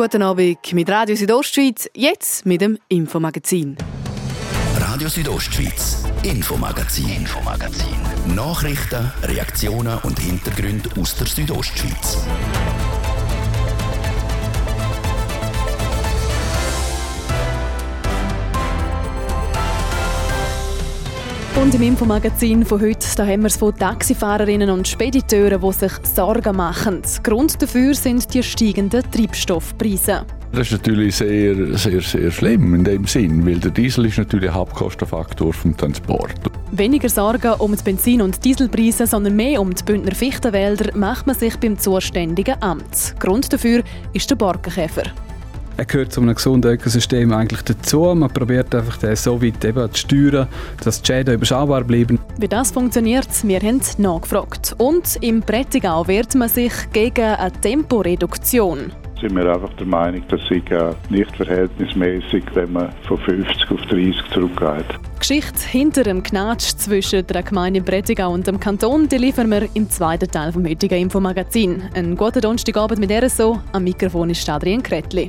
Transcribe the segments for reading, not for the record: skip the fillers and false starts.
Guten Abend mit Radio Südostschweiz, jetzt mit dem Infomagazin. Radio Südostschweiz, Infomagazin. Nachrichten, Reaktionen und Hintergründe aus der Südostschweiz. Und im Infomagazin von heute da haben wir es von Taxifahrerinnen und Spediteuren, die sich Sorgen machen. Grund dafür sind die steigenden Treibstoffpreise. Das ist natürlich sehr schlimm in dem Sinn, weil der Diesel ist natürlich ein Hauptkostenfaktor vom Transport. Weniger Sorgen um die Benzin- und Dieselpreise, sondern mehr um die Bündner Fichtenwälder macht man sich beim zuständigen Amt. Grund dafür ist der Borkenkäfer. Er gehört zu einem gesunden Ökosystem eigentlich dazu. Man probiert einfach den so weit eben zu steuern, dass die Schäden überschaubar bleiben. Wie das funktioniert, wir haben nachgefragt. Und im Prättigau wehrt man sich gegen eine Temporeduktion. Sind wir einfach der Meinung, das sei nicht verhältnismäßig, wenn man von 50 auf 30 zurückgeht. Die Geschichte hinter dem Knatsch zwischen der Gemeinde Prättigau und dem Kanton die liefern wir im zweiten Teil des heutigen Infomagazin. Einen guten Donnerstagabend mit RSO. Am Mikrofon ist Adrian Kretli.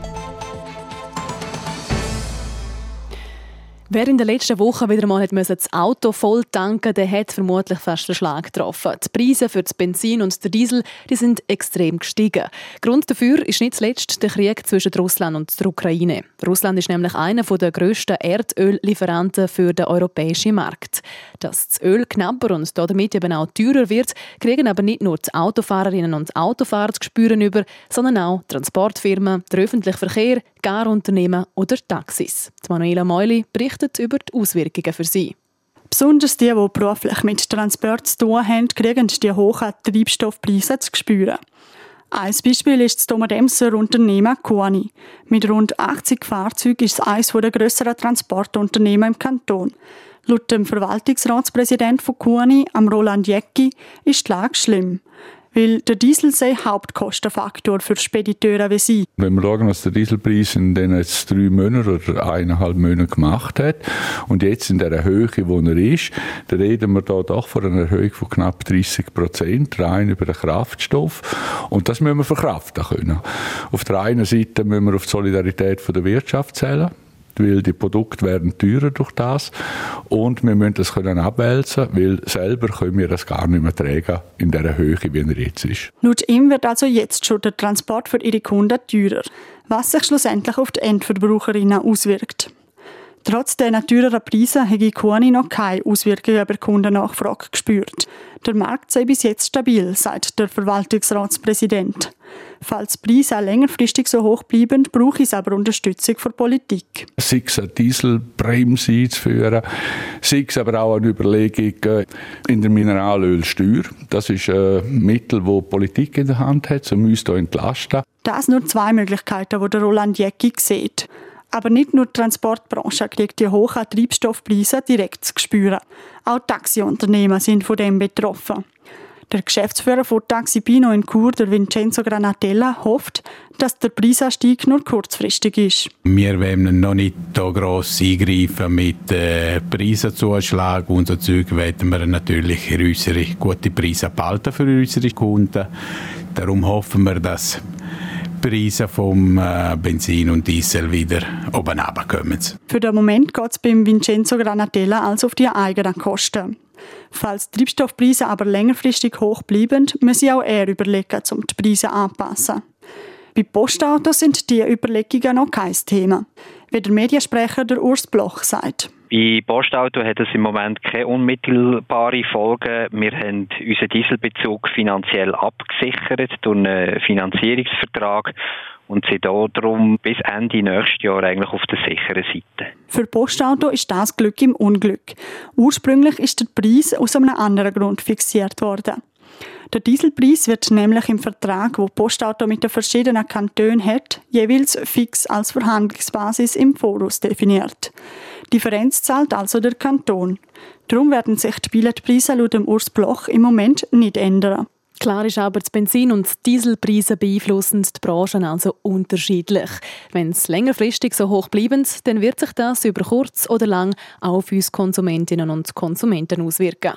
Wer in der letzten Woche wieder mal das Auto voll tanken musste, der hat vermutlich fast den Schlag getroffen. Die Preise für das Benzin und den Diesel sind extrem gestiegen. Grund dafür ist nicht zuletzt der Krieg zwischen Russland und der Ukraine. Russland ist nämlich einer der grössten Erdöllieferanten für den europäischen Markt. Dass das Öl knapper und damit eben auch teurer wird, kriegen aber nicht nur die Autofahrerinnen und Autofahrer zu spüren über, sondern auch Transportfirmen, der öffentliche Verkehr, Garunternehmen oder Taxis. Die Manuela Meuli berichtet über die Auswirkungen für sie. Besonders die beruflich mit Transport zu tun haben, kriegen die hohen Treibstoffpreise zu spüren. Ein Beispiel ist das Domerdemser Unternehmen Kuani. Mit rund 80 Fahrzeugen ist es eines der grösseren Transportunternehmen im Kanton. Laut dem Verwaltungsratspräsidenten von Kuani, Roland Jäcki, ist die Lage schlimm. Weil der Diesel sei Hauptkostenfaktor für Spediteure wie sie. Wenn wir schauen, was der Dieselpreis in den jetzt 3 Monaten oder 1,5 Monaten gemacht hat und jetzt in der Höhe, wo er ist, dann reden wir da doch von einer Erhöhung von knapp 30%, rein über den Kraftstoff. Und das müssen wir verkraften können. Auf der einen Seite müssen wir auf die Solidarität der Wirtschaft zählen, weil die Produkte werden teurer durch das und wir müssen das können abwälzen, weil selber können wir das gar nicht mehr tragen in der Höhe, wie er jetzt ist. Laut ihm wird also jetzt schon der Transport für ihre Kunden teurer, was sich schlussendlich auf die Endverbraucherinnen auswirkt. Trotz dieser teureren Preise habe Kuani noch keine Auswirkungen über Kundennachfrage gespürt. Der Markt sei bis jetzt stabil, sagt der Verwaltungsratspräsident. Falls die Preise auch längerfristig so hoch bleiben, brauche es aber Unterstützung von der Politik. Sei es eine Dieselbremse einzuführen, sei es aber auch eine Überlegung in der Mineralölsteuer. Das ist ein Mittel, das die Politik in der Hand hat, um uns hier entlasten. Das sind nur 2 Möglichkeiten, die Roland Jäcki sieht. Aber nicht nur die Transportbranche kriegt die hohen Treibstoffpreise direkt zu spüren. Auch Taxiunternehmen sind von dem betroffen. Der Geschäftsführer von Taxi Pino in Chur, der Vincenzo Granatella, hofft, dass der Preisanstieg nur kurzfristig ist. Wir wollen noch nicht so gross eingreifen mit Preisenzuschlag. Unser Zeug wollen wir natürlich unsere gute Preise behalten für unsere Kunden. Darum hoffen wir, dass die Preise vom Benzin und Diesel wieder oben runterkommen. Für den Moment geht es beim Vincenzo Granatella also auf die eigenen Kosten. Falls die Treibstoffpreise aber längerfristig hoch bleiben, müssen auch er überlegen, um die Preise anzupassen. Bei Postautos sind diese Überlegungen noch kein Thema, wie der Mediensprecher der Urs Bloch sagt. Bei Postauto hat es im Moment keine unmittelbare Folgen. Wir haben unseren Dieselbezug finanziell abgesichert durch einen Finanzierungsvertrag und sind darum bis Ende nächstes Jahr eigentlich auf der sicheren Seite. Für Postauto ist das Glück im Unglück. Ursprünglich ist der Preis aus einem anderen Grund fixiert worden. Der Dieselpreis wird nämlich im Vertrag, wo Postauto mit den verschiedenen Kantonen hat, jeweils fix als Verhandlungsbasis im Voraus definiert. Die Differenz zahlt also der Kanton. Darum werden sich die Billetpreise laut dem Urs Bloch im Moment nicht ändern. Klar ist aber, die Benzin- und die Dieselpreise beeinflussen die Branchen also unterschiedlich. Wenn es längerfristig so hoch bleiben, dann wird sich das über kurz oder lang auch auf uns Konsumentinnen und Konsumenten auswirken.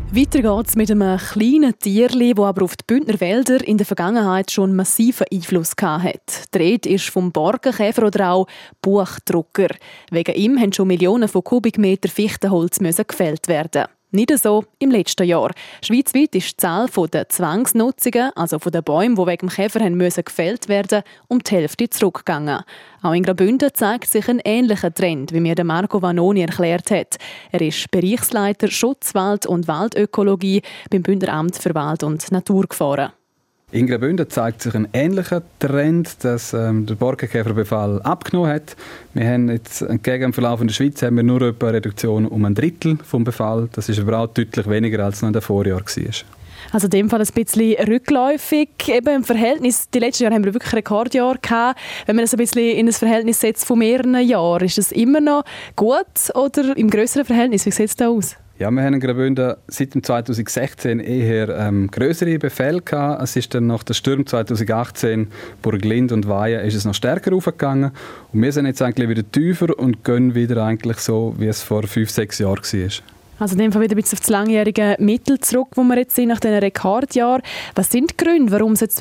Weiter geht's mit einem kleinen Tierli, das aber auf die Bündner Wälder in der Vergangenheit schon massiven Einfluss hatte. Die Rede ist vom Borkenkäfer oder auch Buchdrucker. Wegen ihm mussten schon Millionen von Kubikmeter Fichtenholz gefällt werden. Nicht so im letzten Jahr. Schweizweit ist die Zahl der Zwangsnutzungen, also von den Bäumen, die wegen dem Käfer gefällt werden, um die Hälfte zurückgegangen. Auch in Graubünden zeigt sich ein ähnlicher Trend, wie mir Marco Vanoni erklärt hat. Er ist Bereichsleiter Schutzwald und Waldökologie beim Bündner Amt für Wald- und Naturgefahren. In Graubünden zeigt sich ein ähnlicher Trend, dass der Borkenkäferbefall abgenommen hat. Wir haben jetzt entgegen dem Verlauf in der Schweiz haben wir nur etwa eine Reduktion um ein Drittel vom Befall. Das ist aber auch deutlich weniger, als noch in den Vorjahren war. Also in dem Fall ein bisschen rückläufig. Eben im Verhältnis, die letzten Jahre haben wir wirklich Rekordjahre gehabt. Wenn man das ein bisschen in ein Verhältnis setzt von mehreren Jahren, ist das immer noch gut oder im grösseren Verhältnis? Wie sieht es da aus? Ja, wir haben in Graubünden seit 2016 eher grössere Befälle gehabt. Es ist dann nach dem Sturm 2018 Burglind und Weihen ist es noch stärker aufgegangen. Und wir sind jetzt eigentlich wieder tiefer und gehen wieder eigentlich so, wie es vor 5-6 Jahren war. Also in dem Fall wieder ein bisschen auf das langjährige Mittel zurück, wo wir jetzt sind, nach diesen Rekordjahren. Was sind die Gründe, warum es jetzt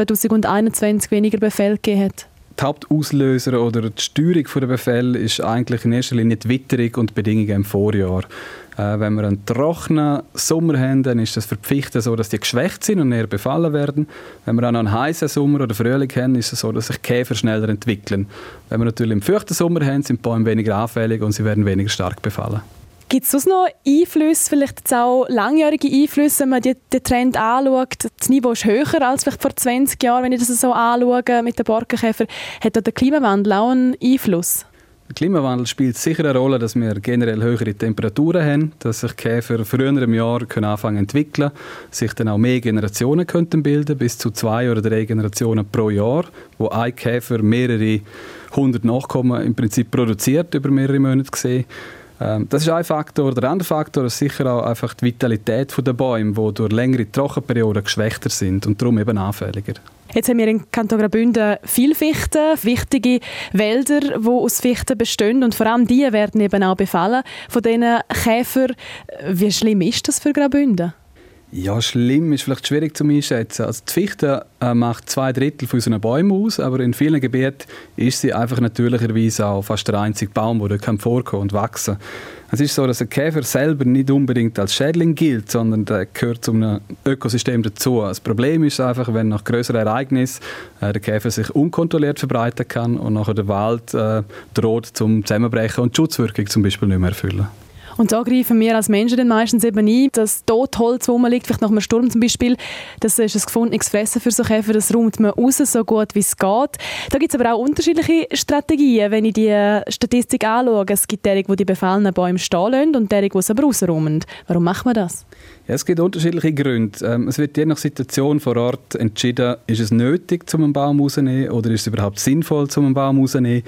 2021 weniger Befälle gegeben hat? Die Hauptauslöser oder die Steuerung der Befälle ist eigentlich in erster Linie die Witterung und die Bedingungen im Vorjahr. Wenn wir einen trockenen Sommer haben, dann ist das für die Fichten so, dass die geschwächt sind und eher befallen werden. Wenn wir auch noch einen heißen Sommer oder Frühling haben, ist es so, dass sich Käfer schneller entwickeln. Wenn wir natürlich einen feuchten Sommer haben, sind die Bäume weniger anfällig und sie werden weniger stark befallen. Gibt es sonst noch Einflüsse, vielleicht jetzt auch langjährige Einflüsse, wenn man den Trend anschaut? Das Niveau ist höher als vielleicht vor 20 Jahren, wenn ich das so anschaue mit den Borkenkäfern. Hat da der Klimawandel auch einen Einfluss? Der Klimawandel spielt sicher eine Rolle, dass wir generell höhere Temperaturen haben, dass sich Käfer früher im Jahr anfangen zu entwickeln, sich dann auch mehr Generationen könnten bilden, bis zu 2 oder 3 Generationen pro Jahr, wo ein Käfer mehrere 100 Nachkommen im Prinzip produziert, über mehrere Monate gesehen. Das ist ein Faktor. Der andere Faktor ist sicher auch einfach die Vitalität der Bäume, die durch längere Trockenperioden geschwächter sind und darum eben anfälliger. Jetzt haben wir in Kanton Graubünden viele Fichten, wichtige Wälder, die aus Fichten bestehen und vor allem die werden eben auch befallen von diesen Käfern. Wie schlimm ist das für Graubünden? Ja, schlimm ist vielleicht schwierig zu einschätzen. Also die Fichte macht 2/3 von unseren Bäumen aus, aber in vielen Gebieten ist sie einfach natürlicherweise auch fast der einzige Baum, der dort vorkommen und wachsen kann. Es ist so, dass ein Käfer selber nicht unbedingt als Schädling gilt, sondern der gehört zu einem Ökosystem dazu. Das Problem ist einfach, wenn nach grösseren Ereignissen der Käfer sich unkontrolliert verbreiten kann und nachher der Wald droht zum Zusammenbrechen und die Schutzwirkung zum Beispiel nicht mehr erfüllen. Und da greifen wir als Menschen dann meistens eben ein. Das Totholz, das rumliegt, vielleicht nach einem Sturm zum Beispiel, das ist ein gefundenes Fressen für so Käfer, das räumt man raus, so gut wie es geht. Da gibt es aber auch unterschiedliche Strategien, wenn ich die Statistik anschaue. Es gibt diejenigen, die befallenen Bäume stehen lassen und diejenigen, die es aber rausräumen. Warum macht man das? Ja, es gibt unterschiedliche Gründe. Es wird je nach Situation vor Ort entschieden, ist es nötig, einen Baum rauszunehmen oder ist es überhaupt sinnvoll, einen Baum rauszunehmen.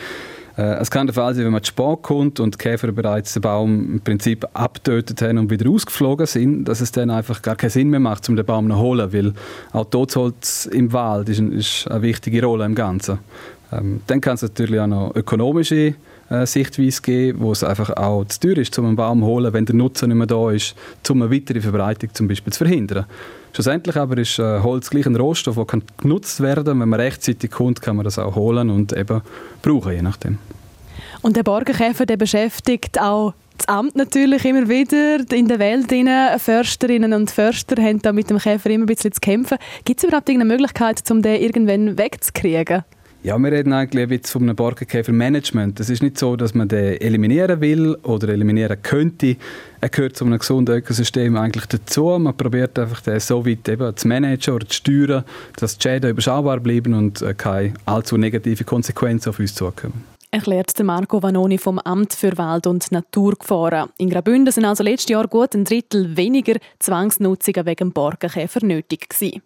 Es kann der Fall sein, wenn man zu spät kommt und die Käfer bereits den Baum im Prinzip abgetötet haben und wieder ausgeflogen sind, dass es dann einfach gar keinen Sinn mehr macht, um den Baum noch zu holen, weil auch Totholz im Wald ist eine wichtige Rolle im Ganzen. Dann kann es natürlich auch noch ökonomische Sichtweise geben, wo es einfach auch zu teuer ist, um einen Baum zu holen, wenn der Nutzen nicht mehr da ist, um eine weitere Verbreitung zum Beispiel zu verhindern. Schlussendlich aber ist Holz gleich ein Rohstoff, der genutzt werden kann. Wenn man rechtzeitig kommt, kann man das auch holen und eben brauchen, je nachdem. Und der Borkenkäfer, der beschäftigt auch das Amt natürlich immer wieder in der Welt. Försterinnen und Förster haben da mit dem Käfer immer ein bisschen zu kämpfen. Gibt es überhaupt irgendeine Möglichkeit, um den irgendwann wegzukriegen? Ja, wir reden eigentlich ein bisschen von einem Borkenkäfermanagement. Es ist nicht so, dass man den eliminieren will oder eliminieren könnte. Er gehört zu einem gesunden Ökosystem eigentlich dazu. Man probiert einfach, den so weit eben zu managen oder zu steuern, dass die Schäden überschaubar bleiben und keine allzu negative Konsequenzen auf uns zukommen. Erklärt der Marco Vanoni vom Amt für Wald- und Naturgefahren. In Graubünden sind also letztes Jahr gut ein Drittel weniger Zwangsnutzungen wegen dem Borkenkäfer nötig gewesen.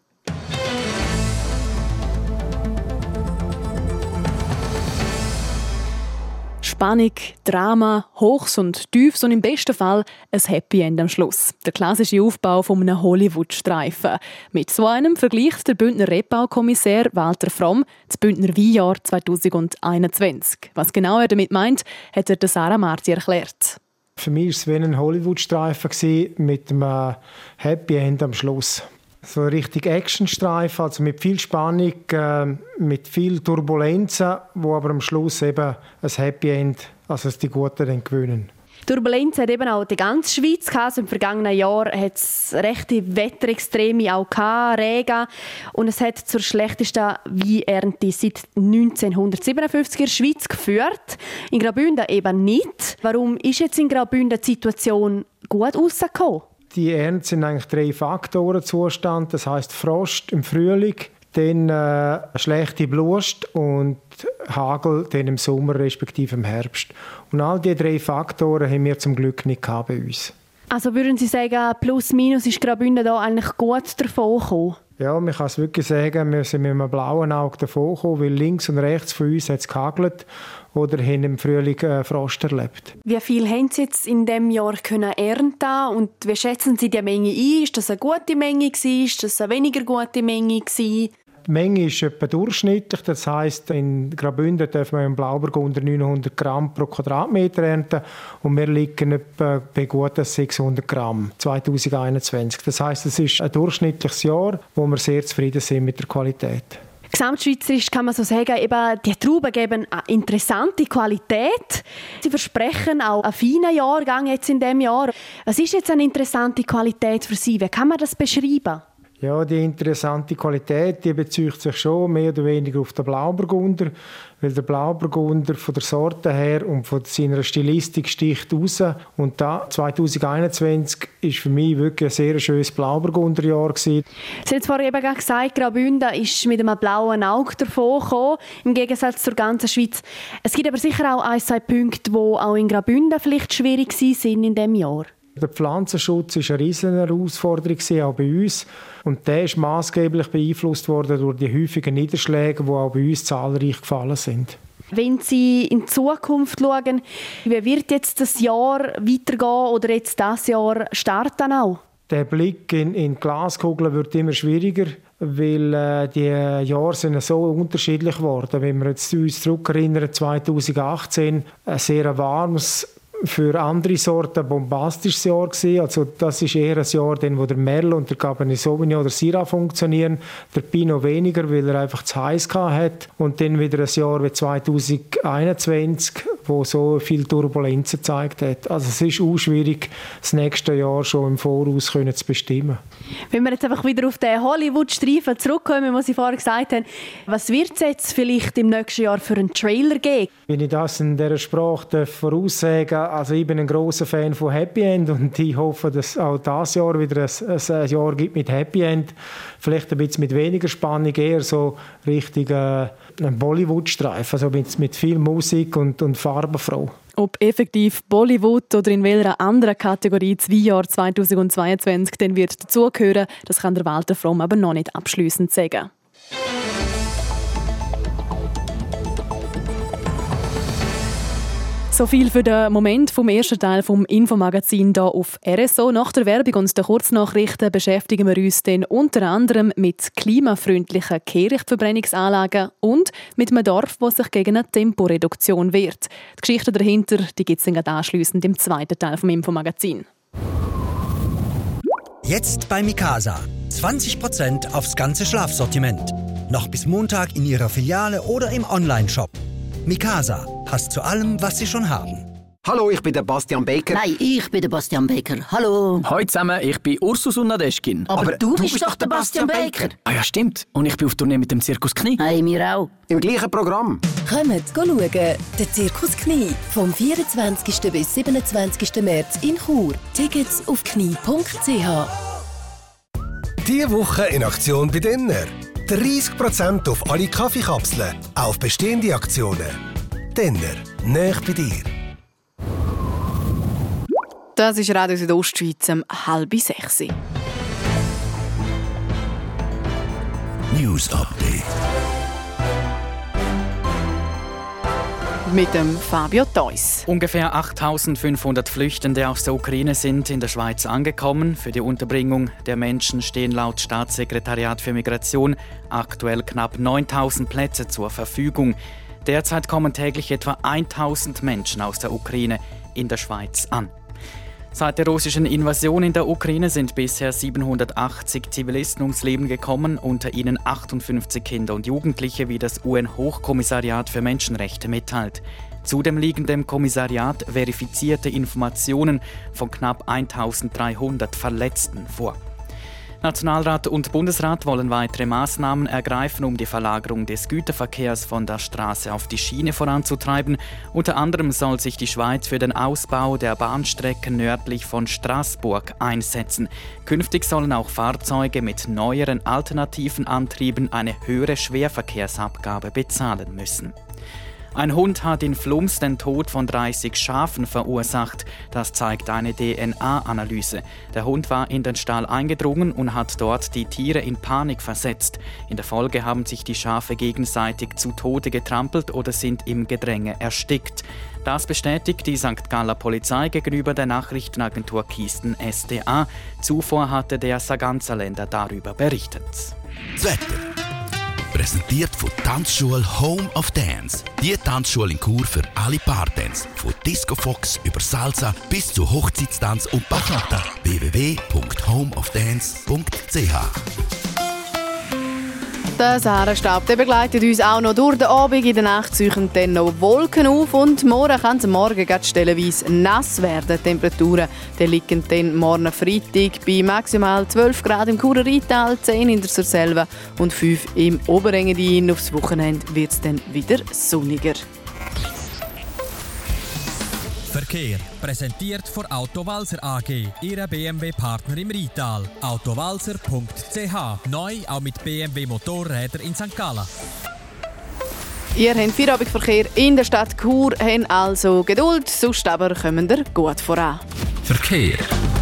Spannung, Drama, Hochs und Tiefs und im besten Fall ein Happy End am Schluss. Der klassische Aufbau von einem Hollywood-Streifen. Mit so einem vergleicht der Bündner Rebbaukommissär Walter Fromm das Bündner Weinjahr 2021. Was genau er damit meint, hat er Sarah Marti erklärt. Für mich war es wie ein Hollywood-Streifen mit einem Happy End am Schluss. So ein richtig Actionstreifen, also mit viel Spannung, mit viel Turbulenzen, wo aber am Schluss eben ein Happy End, also die Guten dann gewinnen. Turbulenz hat eben auch die ganze Schweiz gehabt. Im vergangenen Jahr hat es rechte Wetterextreme auch gehabt, Regen. Und es hat zur schlechtesten Weinernte seit 1957 in der Schweiz geführt. In Graubünden eben nicht. Warum ist jetzt in Graubünden die Situation gut rausgekommen? Die Ernte sind eigentlich 3 Faktoren Zustand. Das heisst Frost im Frühling, dann schlechte Blust und Hagel dann im Sommer respektive im Herbst. Und all diese 3 Faktoren haben wir zum Glück nicht gehabt bei uns. Also würden Sie sagen, plus minus ist Graubünden da eigentlich gut davon gekommen? Ja, man kann es wirklich sagen, wir sind mit einem blauen Auge davon gekommen, weil links und rechts von uns hat es gehagelt oder haben im Frühling Frost erlebt. Wie viel haben Sie jetzt in diesem Jahr ernten und wie schätzen Sie die Menge ein? Ist das eine gute Menge gewesen? Ist das eine weniger gute Menge gewesen? Die Menge ist etwa durchschnittlich. Das heisst, in Graubünden dürfen wir im Blauburgunder 900 Gramm pro Quadratmeter ernten und wir liegen etwa bei guten 600 Gramm 2021. Das heisst, es ist ein durchschnittliches Jahr, wo wir sehr zufrieden sind mit der Qualität. Gesamtschweizerisch kann man so sagen, eben, die Trauben geben eine interessante Qualität. Sie versprechen auch einen feinen Jahrgang jetzt in diesem Jahr. Was ist jetzt eine interessante Qualität für Sie? Wie kann man das beschreiben? Ja, die interessante Qualität, die bezieht sich schon mehr oder weniger auf den Blauburgunder, weil der Blauburgunder von der Sorte her und von seiner Stilistik sticht raus. Und da 2021 ist für mich wirklich ein sehr schönes Blauburgunderjahr gewesen. Sie haben vorhin eben gesagt, Graubünden ist mit einem blauen Auge davon gekommen, im Gegensatz zur ganzen Schweiz. Es gibt aber sicher auch 1-2 Punkte, die auch in Graubünden vielleicht schwierig waren in diesem Jahr. Der Pflanzenschutz war eine riesige Herausforderung, auch bei uns. Und der ist maßgeblich beeinflusst worden durch die häufigen Niederschläge, die auch bei uns zahlreich gefallen sind. Wenn Sie in die Zukunft schauen, wie wird jetzt das Jahr weitergehen oder jetzt das Jahr starten auch? Der Blick in die Glaskugel wird immer schwieriger, weil die Jahre sind so unterschiedlich geworden. Wenn wir jetzt uns zurückerinnern, 2018 ein sehr warmes, für andere Sorten ein bombastisches Jahr gewesen. Also das ist eher ein Jahr, wo der Merlot und der Cabernet Sauvignon oder Syrah funktionieren. Der Pinot weniger, weil er einfach zu heiß hat. Und dann wieder ein Jahr wie 2021, wo so viel Turbulenzen gezeigt hat. Also es ist auch schwierig, das nächste Jahr schon im Voraus zu bestimmen. Wenn wir jetzt einfach wieder auf den Hollywood-Streifen zurückkommen, was Sie vorher gesagt haben, was wird es jetzt vielleicht im nächsten Jahr für einen Trailer geben? Wenn ich das in dieser Sprache voraussagen, also ich bin ein grosser Fan von Happy End und ich hoffe, dass auch dieses Jahr wieder ein Jahr gibt mit Happy End. Vielleicht ein bisschen mit weniger Spannung, eher so Richtung ein Bollywood-Streifen, also mit viel Musik und farbenfroh. Ob effektiv Bollywood oder in welcher anderen Kategorie das Weinjahr 2022 dann wird dazugehören, das kann der Walter Fromm aber noch nicht abschliessend sagen. So viel für den Moment vom ersten Teil vom Infomagazin hier auf RSO. Nach der Werbung und den Kurznachrichten beschäftigen wir uns dann unter anderem mit klimafreundlichen Kehrichtverbrennungsanlagen und mit einem Dorf, das sich gegen eine Temporeduktion wehrt. Die Geschichte dahinter gibt es dann anschliessend im zweiten Teil vom Infomagazin. Jetzt bei Mikasa. 20% aufs ganze Schlafsortiment. Noch bis Montag in Ihrer Filiale oder im Onlineshop. Mikasa passt zu allem, was Sie schon haben. Hallo, ich bin der Bastian Becker. Nein, ich bin der Bastian Becker. Hallo. Hallo zusammen, ich bin Ursus und Nadeschkin. Aber du bist doch der Bastian Becker. Ah ja, stimmt. Und ich bin auf Tournee mit dem Zirkus Knie. Hey, wir auch. Im gleichen Programm. Kommt schauen. Der Zirkus Knie. Vom 24. bis 27. März in Chur. Tickets auf knie.ch. Diese Woche in Aktion bei Denner. 30% auf alle Kaffeekapseln, auf bestehende Aktionen. Denner, näher bei dir. Das ist Radio Südostschweiz um 5:30. News Update. Mit dem Fabio Theus. Ungefähr 8.500 Flüchtende aus der Ukraine sind in der Schweiz angekommen. Für die Unterbringung der Menschen stehen laut Staatssekretariat für Migration aktuell knapp 9.000 Plätze zur Verfügung. Derzeit kommen täglich etwa 1.000 Menschen aus der Ukraine in der Schweiz an. Seit der russischen Invasion in der Ukraine sind bisher 780 Zivilisten ums Leben gekommen, unter ihnen 58 Kinder und Jugendliche, wie das UN-Hochkommissariat für Menschenrechte mitteilt. Zudem liegen dem Kommissariat verifizierte Informationen von knapp 1300 Verletzten vor. Nationalrat und Bundesrat wollen weitere Maßnahmen ergreifen, um die Verlagerung des Güterverkehrs von der Straße auf die Schiene voranzutreiben. Unter anderem soll sich die Schweiz für den Ausbau der Bahnstrecken nördlich von Straßburg einsetzen. Künftig sollen auch Fahrzeuge mit neueren alternativen Antrieben eine höhere Schwerverkehrsabgabe bezahlen müssen. Ein Hund hat in Flums den Tod von 30 Schafen verursacht. Das zeigt eine DNA-Analyse. Der Hund war in den Stall eingedrungen und hat dort die Tiere in Panik versetzt. In der Folge haben sich die Schafe gegenseitig zu Tode getrampelt oder sind im Gedränge erstickt. Das bestätigt die St. Galler Polizei gegenüber der Nachrichtenagentur Kisten SDA. Zuvor hatte der Sarganserländer darüber berichtet. Das Wetter. Präsentiert von Tanzschule Home of Dance. Die Tanzschule in Chur für alle Partens. Von Disco Fox über Salsa bis zu Hochzeitstanz und Bachata. www.homeofdance.ch. Der Sahara-Staub begleitet uns auch noch durch den Abend. In der Nacht ziehen dann noch Wolken auf und morgen kann es morgen stellenweise nass werden. Die Temperaturen liegen dann morgen Freitag bei maximal 12 Grad im Churer Rheintal, 10 in der Surselva und 5 im Oberengadin. Aufs Wochenende wird es dann wieder sonniger. Verkehr präsentiert von Autowalzer AG, Ihrer BMW-Partner im Rheintal. Autowalzer.ch. Neu auch mit BMW Motorrädern in St. Gallen. Ihr habt Feierabendverkehr in der Stadt Chur, habt also Geduld, sonst aber kommen ihr gut voran. Verkehr.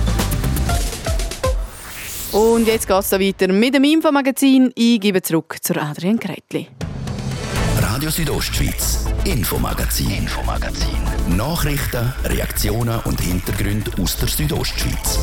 Und jetzt geht es weiter mit dem Infomagazin. Ich gebe zurück zur Adrian Kretli. Radio Südostschweiz, Infomagazin. Nachrichten, Reaktionen und Hintergründe aus der Südostschweiz.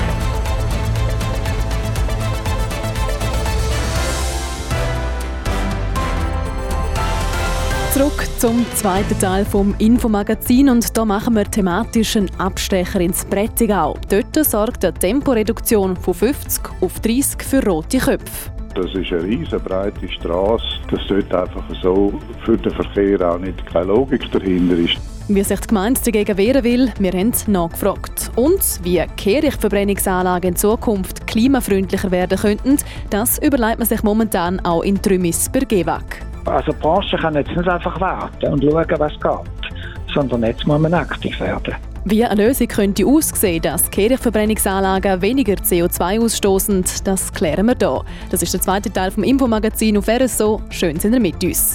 Zurück zum zweiten Teil vom Infomagazin und da machen wir thematisch einen Abstecher ins Prättigau. Dort sorgt eine Temporeduktion von 50 auf 30 für rote Köpfe. Das ist eine riesenbreite Strasse, dass dort einfach so für den Verkehr auch nicht keine Logik dahinter ist. Wie sich die Gemeinde dagegen wehren will, wir haben nachgefragt. Und wie Kehrichtverbrennungsanlagen in Zukunft klimafreundlicher werden könnten, das überlegt man sich momentan auch in Trümis bei GEWAG. Also die Branche kann jetzt nicht einfach warten und schauen, was geht, sondern jetzt muss man aktiv werden. Wie eine Lösung könnte aussehen, dass Kehrichtverbrennungsanlagen weniger CO2 ausstoßen, das klären wir hier. Das ist der zweite Teil vom Infomagazin auf RSO. Schön sind ihr mit uns.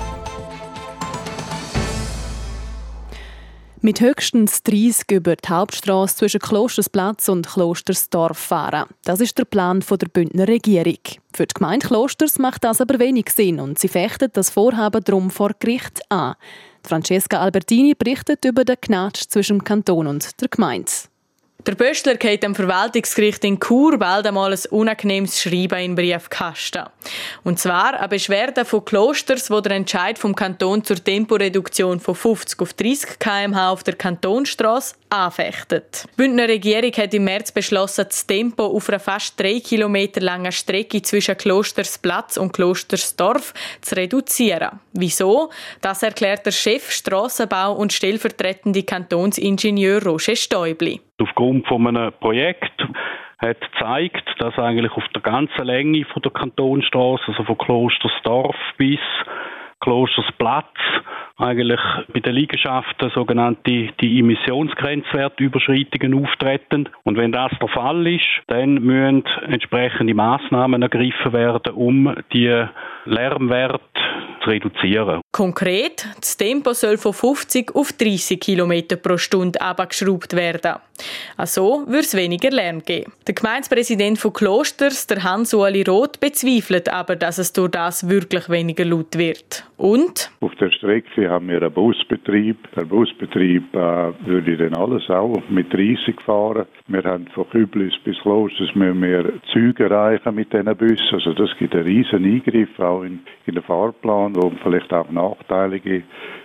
Mit höchstens 30 über die Hauptstrasse zwischen Klostersplatz und Klostersdorf fahren. Das ist der Plan der Bündner Regierung. Für die Gemeinde Klosters macht das aber wenig Sinn und sie fechtet das Vorhaben darum vor Gericht an. Francesca Albertini berichtet über den Knatsch zwischen dem Kanton und der Gemeinde. Der Pöstler geht am Verwaltungsgericht in Chur bald einmal ein unangenehmes Schreiben in den Briefkasten. Und zwar eine Beschwerde von Klosters, wo der Entscheid vom Kanton zur Temporeduktion von 50 auf 30 km/h auf der Kantonsstrasse anfechtet. Die Bündner Regierung hat im März beschlossen, das Tempo auf einer fast 3 Kilometer langen Strecke zwischen Klostersplatz und Klostersdorf zu reduzieren. Wieso? Das erklärt der Chef Strassenbau und stellvertretende Kantonsingenieur Roger Stäubli. Aufgrund von einem Projekt hat gezeigt, dass eigentlich auf der ganzen Länge von der Kantonsstrasse, also von Klostersdorf bis Klostersplatz, eigentlich bei den Liegenschaften sogenannte die Emissionsgrenzwertüberschreitungen auftreten. Und wenn das der Fall ist, dann müssen entsprechende Massnahmen ergriffen werden, um die Lärmwerte zu reduzieren. Konkret, das Tempo soll von 50 auf 30 km pro Stunde abgeschraubt werden. Also würde es weniger Lärm geben. Der Gemeindepräsident von Klosters, der Hans-Ueli Roth, bezweifelt aber, dass es durch das wirklich weniger laut wird. Und? Auf der Strecke haben wir einen Busbetrieb. Der Busbetrieb würde dann alles auch mit 30 fahren. Wir haben von Küblis bis Klosters müssen wir Züge erreichen mit diesen Bussen. Also das gibt einen riesen Eingriff auch in den Fahrplan, wo vielleicht auch nachteilige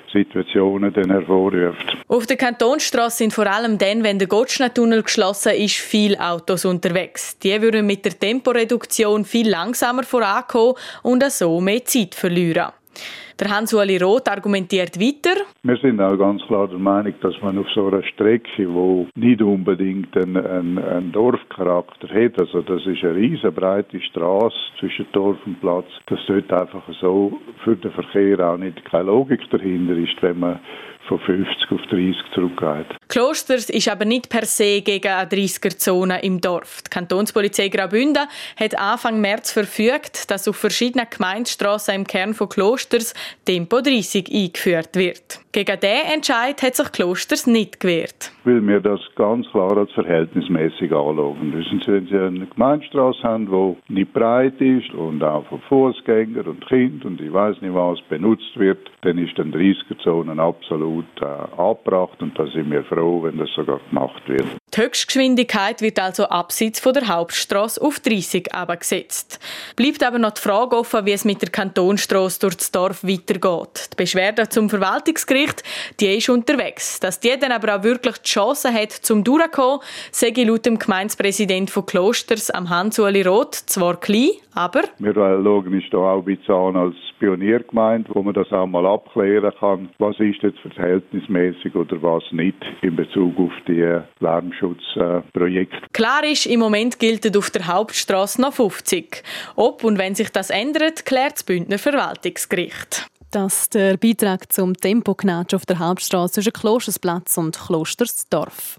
Situationen dann hervorruft. Auf der Kantonsstrasse sind vor allem dann, wenn der Gottschna-Tunnel geschlossen ist, viele Autos unterwegs. Die würden mit der Temporeduktion viel langsamer vorankommen und so mehr Zeit verlieren. Der Hans-Ueli Roth argumentiert weiter. Wir sind auch ganz klar der Meinung, dass man auf so einer Strecke, die nicht unbedingt einen Dorfcharakter hat, also das ist eine riesenbreite Straße zwischen Dorf und Platz, dass dort einfach so für den Verkehr auch nicht keine Logik dahinter ist, wenn man von 50 auf 30 zurückgeht. Klosters ist aber nicht per se gegen eine 30er-Zone im Dorf. Die Kantonspolizei Graubünden hat Anfang März verfügt, dass auf verschiedenen Gemeindestrassen im Kern von Klosters Tempo 30 eingeführt wird. Gegen diesen Entscheid hat sich Klosters nicht gewehrt. Weil wir das ganz klar als verhältnismäßig anschauen. Wenn Sie eine Gemeindestrasse haben, die nicht breit ist und auch von Fußgängern und Kindern und ich weiss nicht was benutzt wird, dann ist dann 30er-Zone absolut angebracht und da sind wir froh, wenn das sogar gemacht wird. Die Höchstgeschwindigkeit wird also abseits von der Hauptstrasse auf 30 abgesetzt. Bleibt aber noch die Frage offen, wie es mit der Kantonsstrasse durch das Dorf weitergeht. Die Beschwerde zum Verwaltungsgericht, die ist unterwegs. Dass die dann aber auch wirklich die Chance hat, zum durchzukommen, sage ich laut dem Gemeindepräsident von Klosters, am Hans-Ueli Roth, zwar klein, aber... Wir schauen uns da auch ein bisschen an als Pioniergemeinde, wo man das auch mal abklären kann. Was ist jetzt verhältnismäßig oder was nicht in Bezug auf die Lärmschutzprojekte. Klar ist, im Moment gilt auf der Hauptstrasse noch 50. Ob und wenn sich das ändert, klärt das Bündner Verwaltungsgericht. Das der Beitrag zum Tempoknatsch auf der Hauptstrasse zwischen Klostersplatz und Klostersdorf.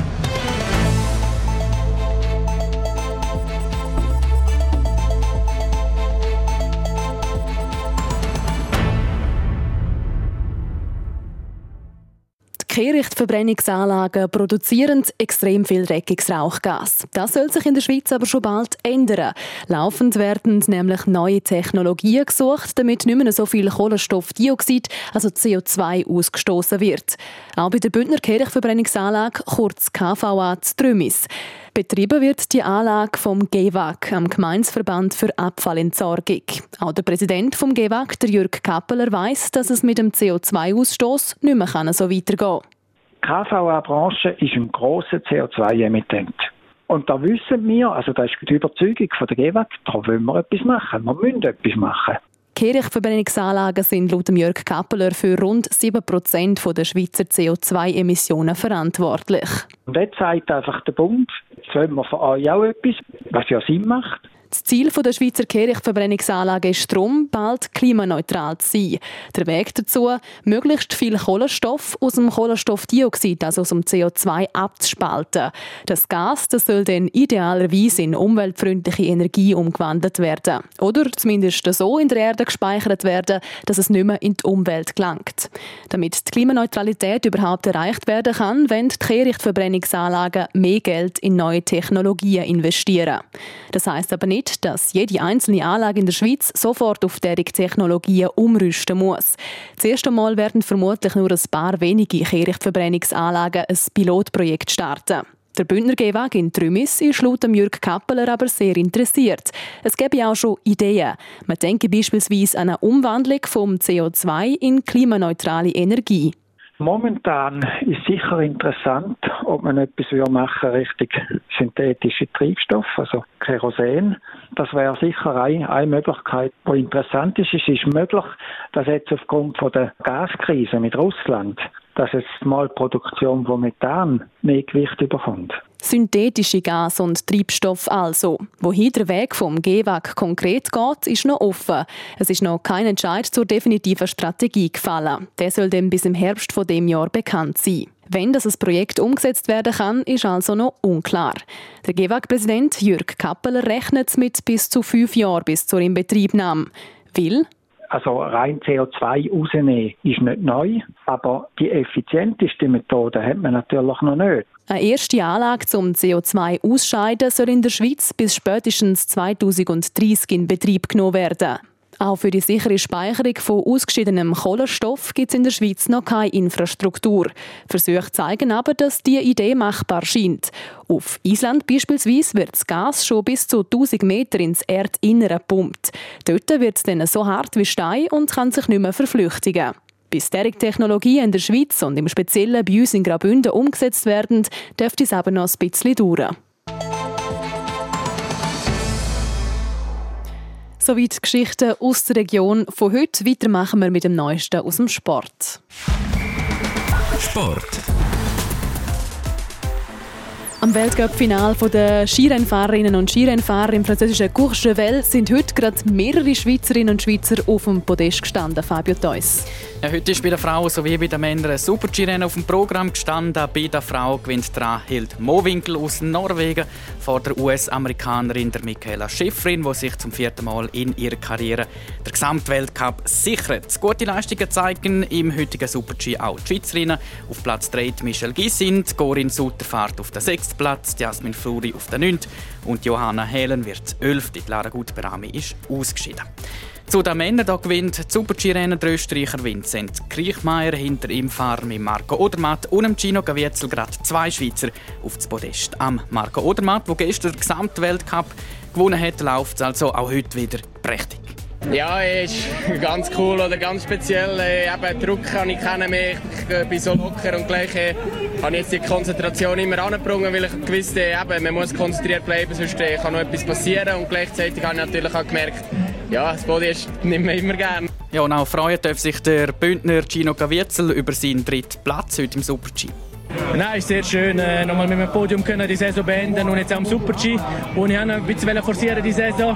Kehrichtverbrennungsanlagen produzieren extrem viel dreckiges Rauchgas. Das soll sich in der Schweiz aber schon bald ändern. Laufend werden nämlich neue Technologien gesucht, damit nicht mehr so viel Kohlenstoffdioxid, also CO2, ausgestoßen wird. Auch bei der Bündner Kehrichtverbrennungsanlage, kurz KVA Trümis. Betrieben wird die Anlage vom GEWAG, am Gemeindeverband für Abfallentsorgung. Auch der Präsident vom GEWAG, der Jürg Kappeler, weiss, dass es mit dem CO2-Ausstoß nicht mehr so weitergehen kann. Die KVA-Branche ist ein grosser CO2-Emittent. Und da wissen wir, also da ist die Überzeugung von der GEWAG, da wollen wir etwas machen. Wir müssen etwas machen. Kehrichtverbrennungsanlagen sind laut Jürg Kappeler für rund 7% der Schweizer CO2-Emissionen verantwortlich. Und jetzt sagt einfach der Bund, jetzt wollen wir von euch auch etwas, was ja Sinn macht. Das Ziel der Schweizer Kehrichtverbrennungsanlage ist darum, bald klimaneutral zu sein. Der Weg dazu, möglichst viel Kohlenstoff aus dem Kohlenstoffdioxid, also aus dem CO2, abzuspalten. Das Gas soll dann idealerweise in umweltfreundliche Energie umgewandelt werden. Oder zumindest so in der Erde gespeichert werden, dass es nicht mehr in die Umwelt gelangt. Damit die Klimaneutralität überhaupt erreicht werden kann, wollen die Kehrichtverbrennungsanlagen mehr Geld in neue Technologien investieren. Das heisst aber nicht, dass jede einzelne Anlage in der Schweiz sofort auf diese Technologien umrüsten muss. Zuerst einmal werden vermutlich nur ein paar wenige Kehrichtverbrennungsanlagen ein Pilotprojekt starten. Der Bündner GEWAG in Trümis ist laut Jürg Kappeler aber sehr interessiert. Es gäbe auch schon Ideen. Man denke beispielsweise an eine Umwandlung vom CO2 in klimaneutrale Energie. Momentan ist sicher interessant, ob man etwas machen Richtung synthetische Treibstoff, also Kerosin. Das wäre sicher eine Möglichkeit, die interessant ist. Es ist möglich, dass jetzt aufgrund von der Gaskrise mit Russland, dass jetzt mal die Produktion von Methan mehr Gewicht bekommt. Synthetische Gas und Treibstoff also. Wohin der Weg vom GEWAG konkret geht, ist noch offen. Es ist noch kein Entscheid zur definitiven Strategie gefallen. Der soll dann bis im Herbst von dem Jahr bekannt sein. Wenn das Projekt umgesetzt werden kann, ist also noch unklar. Der GEWAG-Präsident Jürg Kappeler rechnet mit bis zu 5 Jahren bis zur Inbetriebnahme. Weil also rein CO2 rausnehmen ist nicht neu, aber die effizienteste Methode hat man natürlich noch nicht. Eine erste Anlage zum CO2 ausscheiden soll in der Schweiz bis spätestens 2030 in Betrieb genommen werden. Auch für die sichere Speicherung von ausgeschiedenem Kohlenstoff gibt es in der Schweiz noch keine Infrastruktur. Versuche zeigen aber, dass diese Idee machbar scheint. Auf Island beispielsweise wird das Gas schon bis zu 1000 Meter ins Erdinnere gepumpt. Dort wird es dann so hart wie Stein und kann sich nicht mehr verflüchtigen. Bis diese Technologien in der Schweiz und im Speziellen bei uns in Graubünden umgesetzt werden, dürfte es aber noch ein bisschen dauern. Soweit die Geschichten aus der Region von heute. Weiter machen wir mit dem Neuesten aus dem Sport. Sport. Am Weltcup-Final der Skirennfahrerinnen und Skirennfahrer im französischen Courchevel sind heute gerade mehrere Schweizerinnen und Schweizer auf dem Podest gestanden. Fabio Theus. Ja, heute ist bei den Frauen sowie bei den Männern ein Super-G-Rennen auf dem Programm gestanden. Bei der Frau gewinnt Rahhild Mowinkel aus Norwegen vor der US-Amerikanerin der Michaela Schifrin, die sich zum 4. Mal in ihrer Karriere der Gesamtweltcup sichert. Gute Leistungen zeigen im heutigen Super-G auch die Schweizerinnen. Auf Platz 3 Michelle Gysin, Corinne Sutter fährt auf den 6. Platz, Jasmin Fluri auf den 9. und Johanna Helen wird 11. Lara Gutberami ist ausgeschieden. Zu den Männern gewinnt das Super-G-Rennen der Österreicher Vincent Kriechmeier hinter ihm Fahrer mit Marco Odermatt und dem Gino Gavietzel gerade 2 Schweizer auf das Podest. Am Marco Odermatt, der gestern den Gesamtweltcup gewonnen hat, läuft es also auch heute wieder prächtig. Ja, es ist ganz cool oder ganz speziell. Eben, Druck kann ich kennen mehr. Ich bin so locker und gleich habe ich jetzt die Konzentration immer angebrungen, weil ich gewusst habe, man muss konzentriert bleiben, sonst kann noch etwas passieren. Und gleichzeitig habe ich natürlich auch gemerkt, ja, das Body nimmt man immer gerne. Ja, und auch freuen darf sich der Bündner Gino Gavietzel über seinen 3. Platz heute im Super-G. Nein, es ist sehr schön, nochmal mit dem Podium können die Saison beenden und jetzt auch im Super-G, wo ich ein bisschen forcieren die Saison,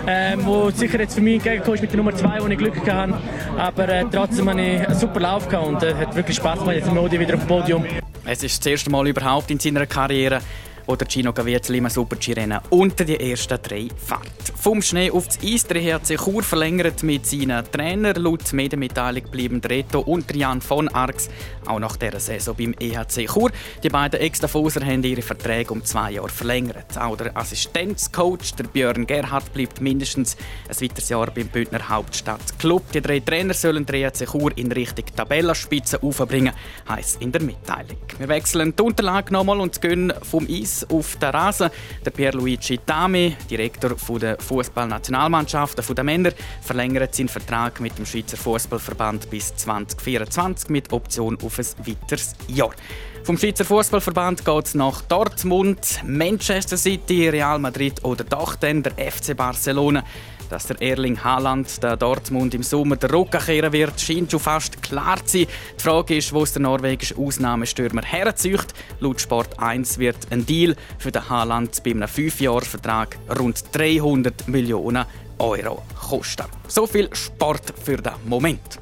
wo sicher jetzt für mich entgegengekommen ist mit der Nummer 2, wo ich Glück hatte, aber trotzdem habe ich einen super Lauf gehabt und hat wirklich Spass gemacht, jetzt im Modi wieder auf dem Podium. Es ist das erste Mal überhaupt in seiner Karriere, wo der Gino Gavietzel im Super-G-Rennen unter die ersten 3 fährt. Vom Schnee auf das Eis, der HC Chur verlängert mit seinen Trainern. Laut Medienmitteilung bleiben Reto und Jan von Arx auch nach dieser Saison beim EHC Chur. Die beiden Ex-Davoser haben ihre Verträge um 2 Jahre verlängert. Auch der Assistenzcoach, der Björn Gerhardt, bleibt mindestens ein weiteres Jahr beim Bündner Hauptstadtclub. Die 3 Trainer sollen den EHC Chur in Richtung Tabellenspitze aufbringen, heisst in der Mitteilung. Wir wechseln die Unterlage nochmal und gehen vom Eis auf den Rasen. Der Pierluigi Tami, Direktor der Fußballnationalmannschaften der Männer, verlängert seinen Vertrag mit dem Schweizer Fußballverband bis 2024 mit Option auf ein weiteres Jahr. Vom Schweizer Fußballverband geht es nach Dortmund, Manchester City, Real Madrid oder doch dann der FC Barcelona. Dass der Erling Haaland der Dortmund im Sommer den Rücken kehren wird, scheint schon fast klar zu sein. Die Frage ist, wo es der norwegische Ausnahmestürmer herzieht. Laut Sport 1 wird ein Deal für den Haaland bei einem 5-Jahres-Vertrag rund 300 Millionen Euro kosten. So viel Sport für den Moment.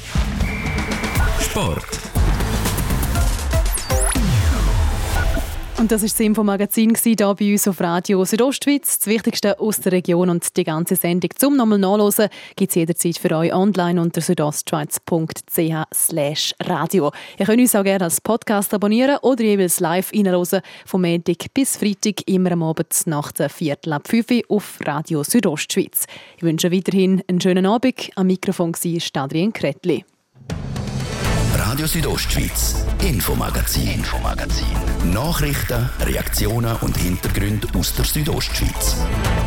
Sport. Und das war das Infomagazin hier bei uns auf Radio Südostschweiz. Das Wichtigste aus der Region und die ganze Sendung zum nochmal nachhören gibt es jederzeit für euch online unter südostschweiz.ch/radio. Ihr könnt uns auch gerne als Podcast abonnieren oder jeweils live reinhören, vom Montag bis Freitag, immer am Abend nach der 4:45 auf Radio Südostschweiz. Ich wünsche weiterhin einen schönen Abend. Am Mikrofon war Adrian Kretli. Radio Südostschweiz, Infomagazin. Nachrichten, Reaktionen und Hintergründe aus der Südostschweiz.